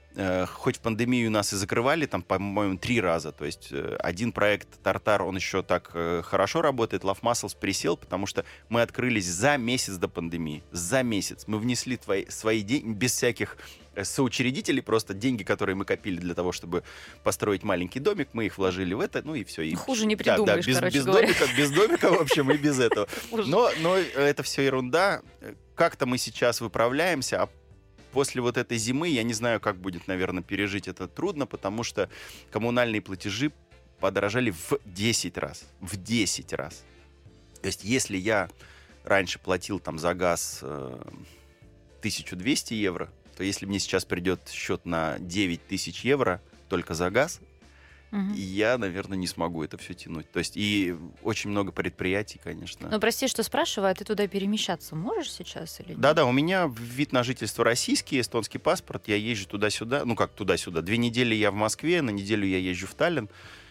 Хоть в пандемию нас и закрывали, там, по-моему, три раза. То есть один проект «Тартар», он еще так хорошо работает. Love Mussels присел, потому что мы открылись за месяц до пандемии. За месяц. Мы внесли твои, свои деньги, без всяких соучредителей, просто деньги, которые мы копили для того, чтобы построить маленький домик, мы их вложили в это, ну и все. И... Хуже не придумаешь, да, да, без, короче без говоря. Домика, без домика, в общем, и без этого. Но, но это все ерунда. Как-то мы сейчас выправляемся, а после вот этой зимы, я не знаю, как будет, наверное, пережить это трудно, потому что коммунальные платежи подорожали в десять раз. В десять раз. То есть если я раньше платил там за газ э, тысячу двести евро, то если мне сейчас придет счет на девять тысяч евро только за газ, Угу. я, наверное, не смогу это все тянуть. То есть и очень много предприятий, конечно. Ну, прости, что спрашиваю, а ты туда перемещаться можешь сейчас или нет? Да-да, у меня вид на жительство российский, эстонский паспорт, я езжу туда-сюда, ну как туда-сюда, две недели я в Москве, на неделю я езжу в Таллин.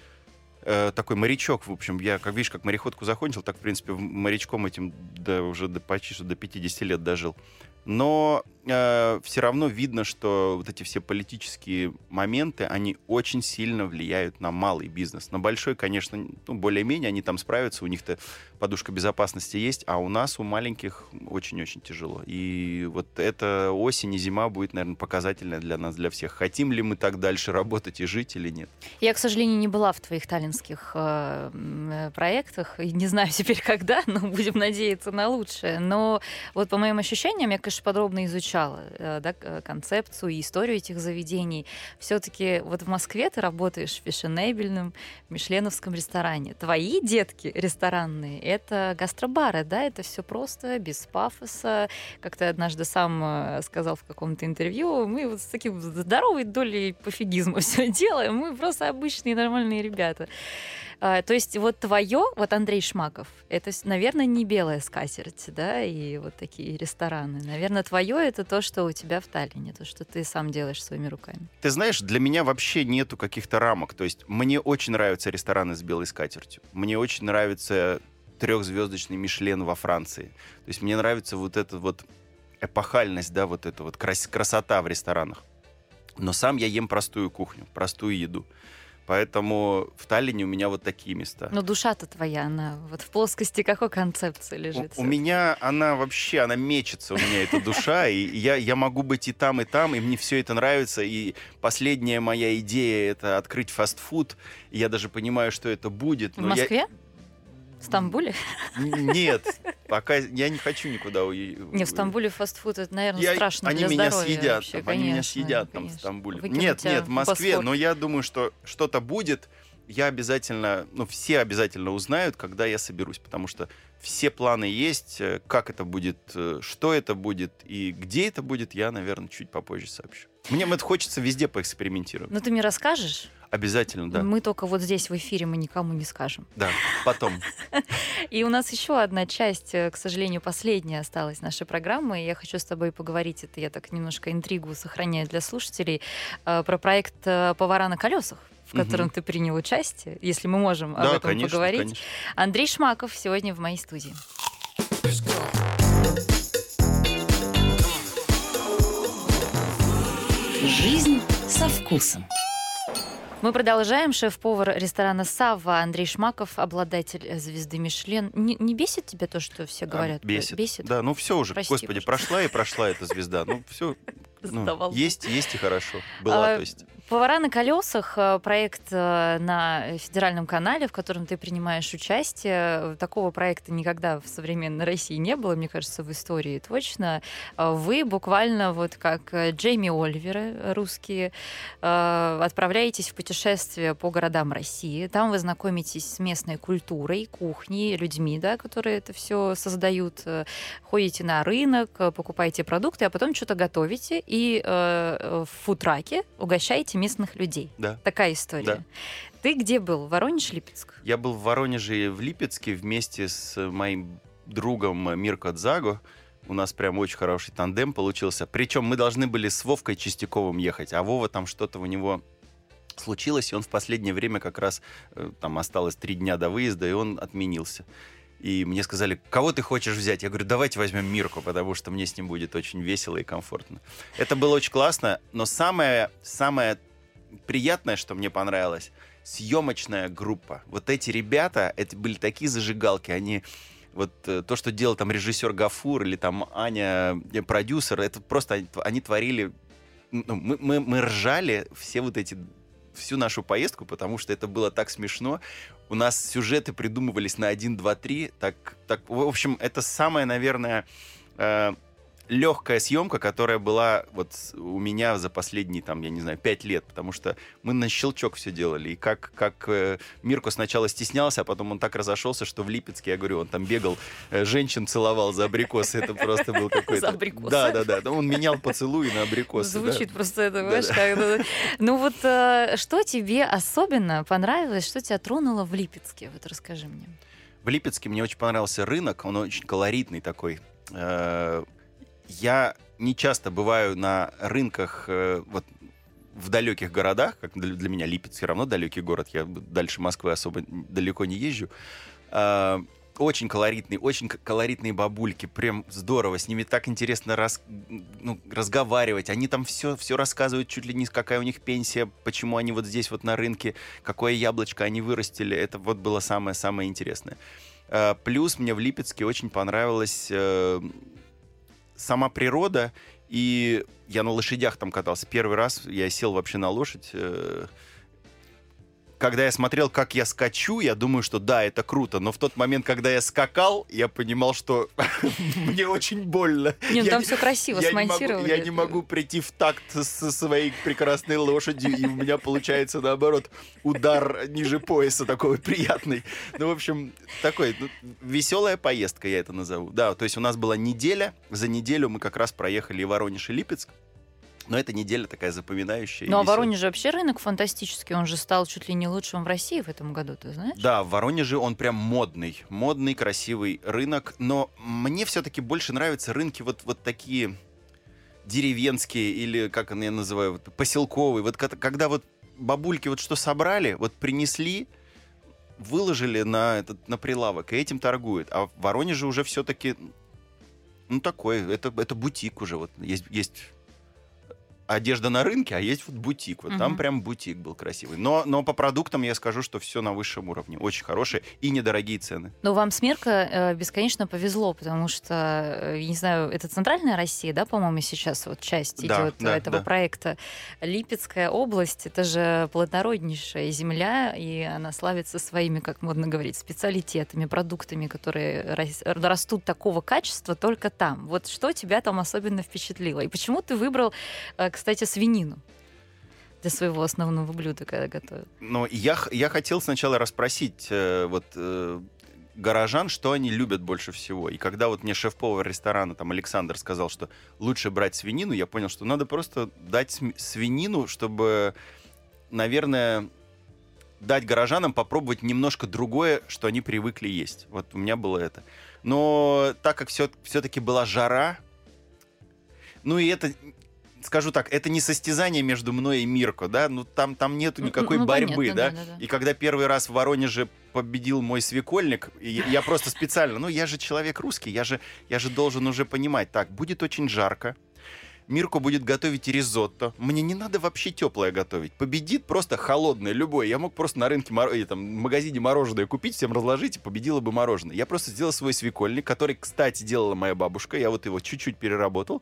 Э, такой морячок, в общем, я, как видишь, как мореходку закончил, так, в принципе, морячком этим да, уже до, почти что до пятидесяти лет дожил. Но э, все равно видно, что вот эти все политические моменты, они очень сильно влияют на малый бизнес. На большой, конечно, ну, более-менее они там справятся, у них-то подушка безопасности есть, а у нас, у маленьких, очень-очень тяжело. И вот эта осень и зима будет, наверное, показательная для нас, для всех. Хотим ли мы так дальше работать и жить или нет? Я, к сожалению, не была в твоих таллинских э, проектах, и не знаю теперь когда, но будем надеяться на лучшее. Но вот по моим ощущениям, я, конечно, подробно изучала изучала да, концепцию и историю этих заведений. Все-таки вот в Москве ты работаешь в фешенебельном мишленовском ресторане. Твои детки ресторанные — это гастробары, да? Это все просто, без пафоса. Как ты однажды сам сказал в каком-то интервью, мы вот с таким здоровой долей пофигизма все делаем. Мы просто обычные нормальные ребята. А, то есть вот твое, вот Андрей Шмаков, это, наверное, не белая скатерть, да, и вот такие рестораны. Наверное, твое это то, что у тебя в Таллине, то, что ты сам делаешь своими руками. Ты знаешь, для меня вообще нету каких-то рамок. То есть мне очень нравятся рестораны с белой скатертью. Мне очень нравится трехзвездочный Мишлен во Франции. То есть мне нравится вот эта вот эпохальность, да, вот эта вот крас- красота в ресторанах. Но сам я ем простую кухню, простую еду. Поэтому в Таллине у меня вот такие места. Но душа-то твоя, она вот в плоскости какой концепции лежит? У, у меня она вообще, она мечется, у меня эта душа, и я, я могу быть и там, и там, и мне все это нравится. И последняя моя идея — это открыть фастфуд. Я даже понимаю, что это будет. В Москве? Я... В Стамбуле? Нет, пока я не хочу никуда уехать. Не, в Стамбуле фастфуд, это, наверное, я, страшно они для меня здоровья. Съедят, Вообще, там, конечно, они меня съедят конечно. там в Стамбуле. Выкинут Нет, тебя нет, в Москве, Босфор. но я думаю, что что-то будет. Я обязательно, ну, все обязательно узнают, когда я соберусь, потому что все планы есть. Как это будет, что это будет и где это будет, я, наверное, чуть попозже сообщу. Мне вот хочется везде поэкспериментировать. Ну, ты мне расскажешь? Обязательно, да. Мы только вот здесь в эфире мы никому не скажем. Да, потом. И у нас еще одна часть, к сожалению, последняя осталась нашей программы. И я хочу с тобой поговорить, это я так немножко интригу сохраняю для слушателей, про проект «Повара на колесах», в котором угу. ты принял участие, если мы можем да, об этом конечно, поговорить. Конечно. Андрей Шмаков сегодня в моей студии. Жизнь со вкусом. Мы продолжаем. Шеф-повар ресторана «Савва» Андрей Шмаков, обладатель звезды Мишлен. Не, не бесит тебя то, что все говорят? А, бесит. Бесит? Да, ну все уже, Прости, господи, пожалуйста. прошла и прошла эта звезда. Ну все, ну, есть, есть и хорошо. Была, а, то есть. «Повара на колесах» — проект на федеральном канале, в котором ты принимаешь участие. Такого проекта никогда в современной России не было, мне кажется, в истории точно. Вы буквально вот как Джейми Оливеры русские отправляетесь в путешествие по городам России. Там вы знакомитесь с местной культурой, кухней, людьми, да, которые это все создают. Ходите на рынок, покупаете продукты, а потом что-то готовите и в фудтраке угощаете местных людей. Да. Такая история. Да. Ты где был? Воронеж, Липецк? Я был в Воронеже и в Липецке вместе с моим другом Мирко Дзаго. У нас прям очень хороший тандем получился. Причем мы должны были с Вовкой Чистяковым ехать, а Вова там что-то у него случилось, и он в последнее время как раз, там осталось три дня до выезда, и он отменился. И мне сказали, кого ты хочешь взять? Я говорю, давайте возьмем Мирку, потому что мне с ним будет очень весело и комфортно. Это было очень классно, но самое, самое приятное, что мне понравилось, съемочная группа. Вот эти ребята, это были такие зажигалки, они... Вот э, то, что делал там режиссер Гафур или там Аня, э, продюсер, это просто они, они творили... Ну, мы, мы, мы ржали все вот эти... всю нашу поездку, потому что это было так смешно. У нас сюжеты придумывались на один, два, три. Так, так, в общем, это самая, наверное, э, легкая съемка, которая была вот у меня за последние, там, я не знаю, пять лет, потому что мы на щелчок все делали. И как, как э, Мирко сначала стеснялся, а потом он так разошелся, что в Липецке, я говорю, он там бегал, э, женщин целовал за абрикосы. Это просто был какой-то... За абрикосы. Да, да, да. Он менял поцелуи на абрикосы. Звучит да. просто это, понимаешь, как... Ну вот э, что тебе особенно понравилось, что тебя тронуло в Липецке? Вот расскажи мне. В Липецке мне очень понравился рынок, он очень колоритный такой. Э, Я не часто бываю на рынках э, вот, в далеких городах, как для, для меня Липецк все равно далекий город, я дальше Москвы особо далеко не езжу. Э, очень колоритные, очень колоритные бабульки, прям здорово, с ними так интересно рас, ну, разговаривать. Они там все, все рассказывают, чуть ли не какая у них пенсия, почему они вот здесь вот на рынке, какое яблочко они вырастили. Это вот было самое-самое интересное. Э, плюс мне в Липецке очень понравилось... Э, сама природа, и я на лошадях там катался. Первый раз я сел вообще на лошадь. когда я смотрел, как я скачу, я думаю, что да, это круто. Но в тот момент, когда я скакал, я понимал, что мне очень больно. Не, ну там все красиво смонтировали. Я не могу прийти в такт со своей прекрасной лошадью, и у меня получается, наоборот, удар ниже пояса такой приятный. Ну, в общем, такой, ну, веселая поездка, я это назову. Да, то есть у нас была неделя, за неделю мы как раз проехали и Воронеж, и Липецк. Но эта неделя такая запоминающая. Ну, а в Воронеже вообще рынок фантастический. Он же стал чуть ли не лучшим в России в этом году, ты знаешь? Да, в Воронеже он прям модный. Модный, красивый рынок. Но мне все-таки больше нравятся рынки вот, вот такие деревенские или, как я называю, вот, поселковые. Вот когда вот бабульки вот что собрали, вот принесли, выложили на, этот, на прилавок, и этим торгуют. А в Воронеже уже все-таки, ну, такой, это, это бутик уже. Вот есть... есть одежда на рынке, а есть вот бутик. Вот uh-huh. Там прям бутик был красивый. Но, но по продуктам я скажу, что все на высшем уровне. Очень хорошие и недорогие цены. Но вам с Мирко э, бесконечно повезло, потому что, э, не знаю, это центральная Россия, да, по-моему, сейчас вот часть да, идет да, этого да. проекта. Липецкая область, это же плодороднейшая земля, и она славится своими, как модно говорить, специалитетами, продуктами, которые растут такого качества только там. Вот что тебя там особенно впечатлило? И почему ты выбрал, э, кстати, свинину для своего основного блюда, когда готовил? Ну, я, я хотел сначала расспросить э, вот, э, горожан, что они любят больше всего. И когда вот мне шеф-повар ресторана, там, Александр, сказал, что лучше брать свинину, я понял, что надо просто дать свинину, чтобы, наверное, дать горожанам попробовать немножко другое, что они привыкли есть. Вот у меня было это. Но так как все, все-таки была жара, ну и это... Скажу так, это не состязание между мной и Мирко, да, ну там, там нету никакой ну, борьбы, понятно, да? Да, да, да. И когда первый раз в Воронеже победил мой свекольник, я, я просто специально, ну я же человек русский, я же, я же должен уже понимать, так, будет очень жарко, Мирко будет готовить ризотто, мне не надо вообще теплое готовить, победит просто холодное, любое, я мог просто на рынке, или, там, в магазине мороженое купить, всем разложить, и победила бы мороженое. Я просто сделал свой свекольник, который, кстати, делала моя бабушка, я вот его чуть-чуть переработал,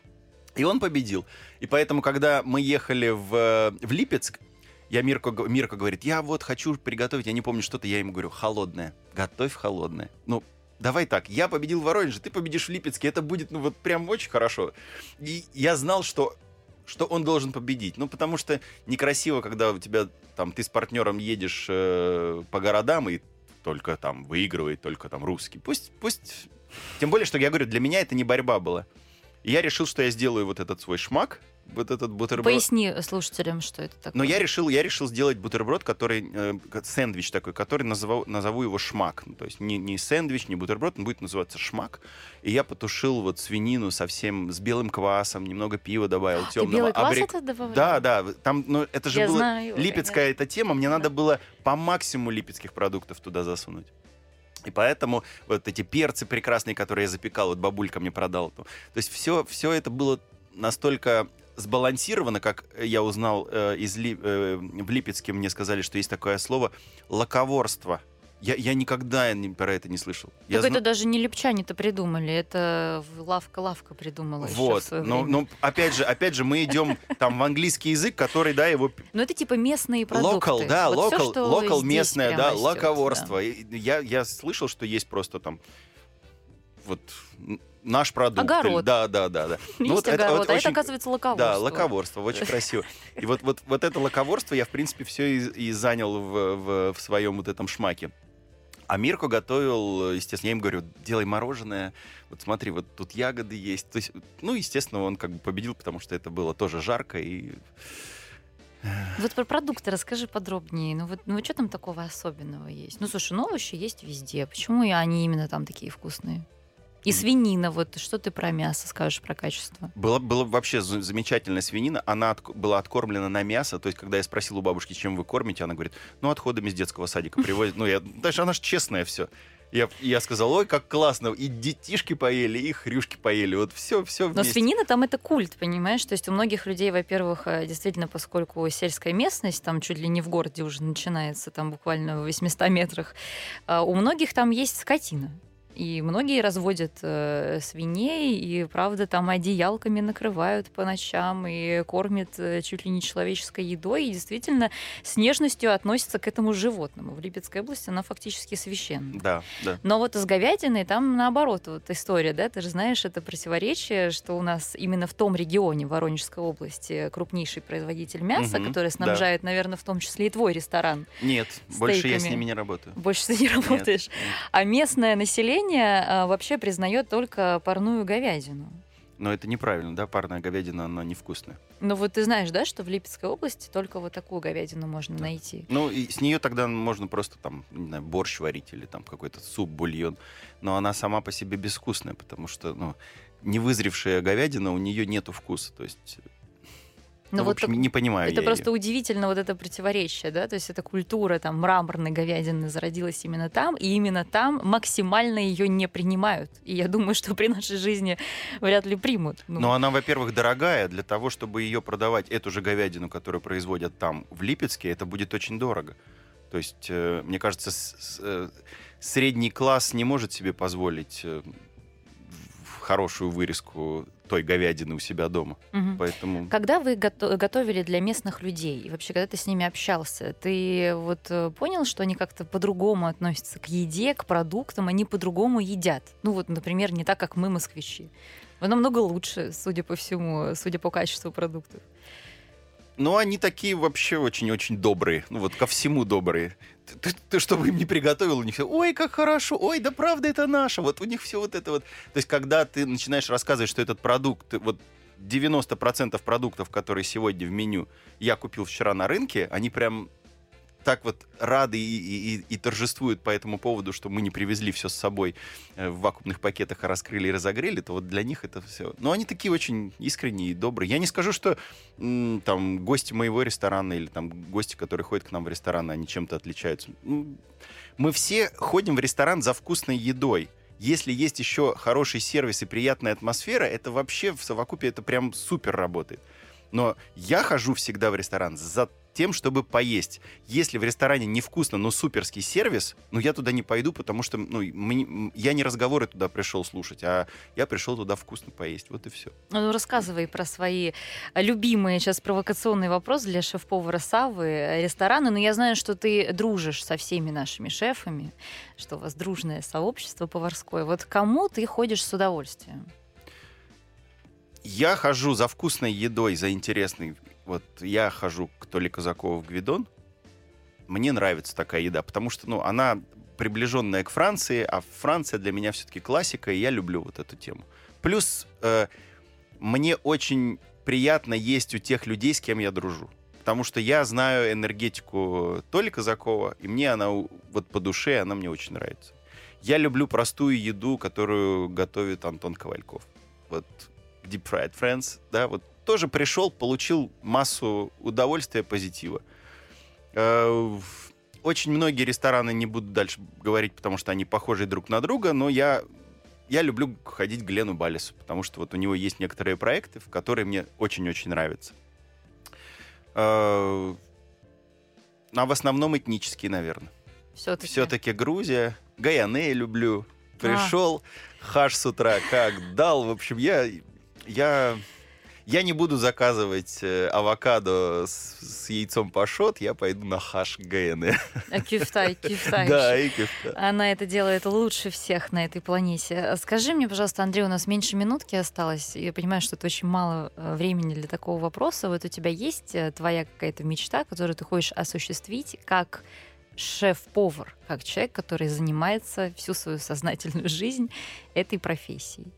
и он победил. И поэтому, когда мы ехали в, в Липецк, я Мирко, Мирко говорит, я вот хочу приготовить, я не помню что-то, я ему говорю, холодное, готовь холодное. Ну, давай так, я победил в Воронеже, ты победишь в Липецке, это будет, ну, вот прям очень хорошо. И я знал, что, что он должен победить. Ну, потому что некрасиво, когда у тебя, там, ты с партнером едешь э, по городам, и только там выигрывает, только там русский. Пусть, пусть... Тем более, что я говорю, для меня это не борьба была. И я решил, что я сделаю вот этот свой шмак, вот этот бутерброд. Поясни слушателям, что это такое. Но я решил, я решил сделать бутерброд, который, э, сэндвич такой, который назову, назову его шмак. Ну, то есть не, не сэндвич, не бутерброд, он будет называться шмак. И я потушил вот свинину совсем с белым квасом, немного пива добавил, а, темного. Ты белый квас Абрик... это добавлял? Да, да. Там, ну, это же я была знаю, липецкая я... эта тема, мне надо было по максимуму липецких продуктов туда засунуть. И поэтому вот эти перцы прекрасные, которые я запекал, вот бабулька мне продала. То есть все, все это было настолько сбалансировано, как я узнал э, из Ли, э, в Липецке, мне сказали, что есть такое слово «лаковорство». Я, я никогда не, про это не слышал. Так я это зна... даже не липчане-то придумали, это лавка-лавка придумала. Вот, еще но, но опять же, опять же, мы идем там в английский язык, который, да, его... Ну это типа местные продукты. Local, да, вот local, все, local местное, да, растет, лаковорство. Да. Я, я слышал, что есть просто там вот наш продукт. Огород. Да, да, да, да. Есть ну, вот огород, это, вот, а очень... это, оказывается, лаковорство. Да, лаковорство, очень красиво. И вот, вот, вот это лаковорство я, в принципе, все и, и занял в, в, в своем вот этом шмаке. А Мирко готовил, естественно, я им говорю, делай мороженое, вот смотри, вот тут ягоды есть. То есть, ну, естественно, он как бы победил, потому что это было тоже жарко и... Вот про продукты расскажи подробнее. Ну вот, ну что там такого особенного есть? Ну, слушай, ну овощи есть везде. Почему и они именно там такие вкусные? И свинина, вот что ты про мясо скажешь, про качество? Была, была вообще замечательная свинина, она от, была откормлена на мясо, то есть когда я спросил у бабушки, чем вы кормите, она говорит, ну отходами из детского садика привозят, ну я, даже она же честная все. Я, я сказал, ой, как классно, и детишки поели, и хрюшки поели, вот все, все вместе. Но свинина там это культ, понимаешь? То есть у многих людей, во-первых, действительно, поскольку сельская местность, там чуть ли не в городе уже начинается, там буквально в восьмистах метрах, у многих там есть скотина. И многие разводят э, свиней, и, правда, там одеялками накрывают по ночам, и кормят э, чуть ли не человеческой едой, и действительно с нежностью относятся к этому животному. В Липецкой области она фактически священна. Да, да. Но вот с говядиной там наоборот вот история, да, ты же знаешь, это противоречие, что у нас именно в том регионе, в Воронежской области, крупнейший производитель мяса, Мгм, который снабжает, да. наверное, в том числе и твой ресторан. Нет, больше я с Стейками. ними не работаю. Больше ты не работаешь. Нет, нет. А местное население а, вообще признает только парную говядину. Но это неправильно, да, парная говядина, она невкусная. Ну вот ты знаешь, да, что в Липецкой области только вот такую говядину можно Да. найти. Ну, и с нее тогда можно просто там, не знаю, борщ варить или там какой-то суп, бульон. Но она сама по себе безвкусная, потому что, ну, невызревшая говядина, у нее нету вкуса. То есть, Ну ну, в вот общем, так- не понимаю Это я просто её. удивительно, вот это противоречие, да, то есть эта культура там мраморной говядины зародилась именно там, и именно там максимально ее не принимают. И я думаю, что при нашей жизни вряд ли примут. Ну, Но она, во-первых, дорогая. Для того, чтобы ее продавать, эту же говядину, которую производят там, в Липецке, это будет очень дорого. То есть, э, мне кажется, с- с- э, средний класс не может себе позволить э, в- хорошую вырезку той говядины у себя дома. мгм. Поэтому... Когда вы гото- готовили для местных людей, и вообще, когда ты с ними общался, ты вот э, понял, что они как-то по-другому относятся к еде, к продуктам, они по-другому едят? Ну вот, например, не так, как мы, москвичи. Вы намного лучше, судя по всему, судя по качеству продуктов. Ну, они такие вообще очень-очень добрые. Ну, вот ко всему добрые. Ты, ты- ты чтобы им не приготовил, у них все, ой, как хорошо, ой, да правда это наше. Вот у них все вот это вот. То есть, когда ты начинаешь рассказывать, что этот продукт, вот девяносто процентов продуктов, которые сегодня в меню, я купил вчера на рынке, они прям так вот рады и, и- и- и торжествуют по этому поводу, что мы не привезли все с собой э, в вакуумных пакетах, а раскрыли и разогрели, то вот для них это все... Но они такие очень искренние и добрые. Я не скажу, что м, там гости моего ресторана или там гости, которые ходят к нам в ресторан, они чем-то отличаются. М, Мы все ходим в ресторан за вкусной едой. Если есть еще хороший сервис и приятная атмосфера, это вообще в совокупе это прям супер работает. Но я хожу всегда в ресторан за тем, чтобы поесть. Если в ресторане невкусно, но суперский сервис, ну я туда не пойду, потому что ну, мне- я не разговоры туда пришел слушать, а я пришел туда вкусно поесть. Вот и все. Ну, рассказывай про свои любимые сейчас провокационный вопрос для шеф-повара Саввы, э, рестораны. Но я знаю, что ты дружишь со всеми нашими шефами, что у вас дружное сообщество поварское. Вот к кому ты ходишь с удовольствием? Я хожу за вкусной едой, за интересной. Вот я хожу к Толе Казакову в Гвидон. Мне нравится такая еда, потому что ну, она приближенная к Франции, а Франция для меня все-таки классика, и я люблю вот эту тему. Плюс э, мне очень приятно есть у тех людей, с кем я дружу. Потому что я знаю энергетику Толи Казакова, и мне она у- вот по душе, она мне очень нравится. Я люблю простую еду, которую готовит Антон Ковальков. Вот Deep Fried Friends, да, вот тоже пришел, получил массу удовольствия, позитива. Э, в- Очень многие рестораны, не буду дальше говорить, потому что они похожи друг на друга, но я, я люблю ходить к Глену Баллису, потому что вот у него есть некоторые проекты, в которые мне очень-очень нравятся. Э, А в основном этнические, наверное. Все-таки. Все-таки Грузия, Гайане люблю. А. Пришел, хаш с утра как дал. В общем, я, я, я не буду заказывать э, авокадо с, с яйцом пашот, я пойду на хаш Гайане. Кюфтай, кюфтай. Да, и кефта. Она это делает лучше всех на этой планете. Скажи мне, пожалуйста, Андрей, у нас меньше минутки осталось. Я понимаю, что это очень мало э, времени для такого вопроса. Вот у тебя есть э, твоя какая-то мечта, которую ты хочешь осуществить как шеф-повар, как человек, который занимается всю свою сознательную жизнь этой профессией?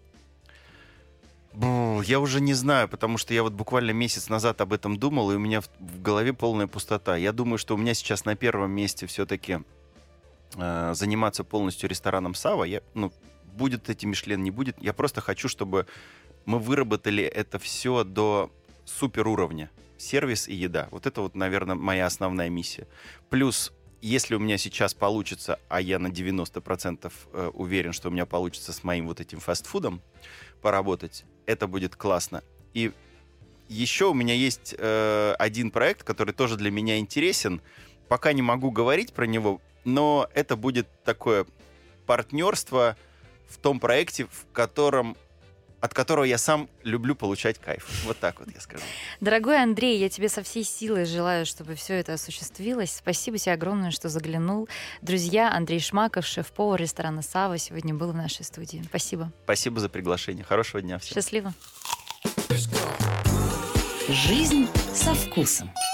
Бу, Я уже не знаю, потому что я вот буквально месяц назад об этом думал, и у меня в, в голове полная пустота. Я думаю, что у меня сейчас на первом месте все-таки э, заниматься полностью рестораном Сава. Я, ну, будет эти Мишлен, не будет. Я просто хочу, чтобы мы выработали это все до супер уровня. Сервис и еда. Вот это вот, наверное, моя основная миссия. Плюс, если у меня сейчас получится, а я на девяносто процентов э, уверен, что у меня получится с моим вот этим фастфудом поработать, это будет классно. И еще у меня есть э, один проект, который тоже для меня интересен. Пока не могу говорить про него, но это будет такое партнерство в том проекте, в котором от которого я сам люблю получать кайф. Вот так вот я скажу. Дорогой Андрей, я тебе со всей силой желаю, чтобы все это осуществилось. Спасибо тебе огромное, что заглянул. Друзья, Андрей Шмаков, шеф-повар ресторана «Сава», сегодня был в нашей студии. Спасибо. Спасибо за приглашение. Хорошего дня всем. Счастливо. Жизнь со вкусом.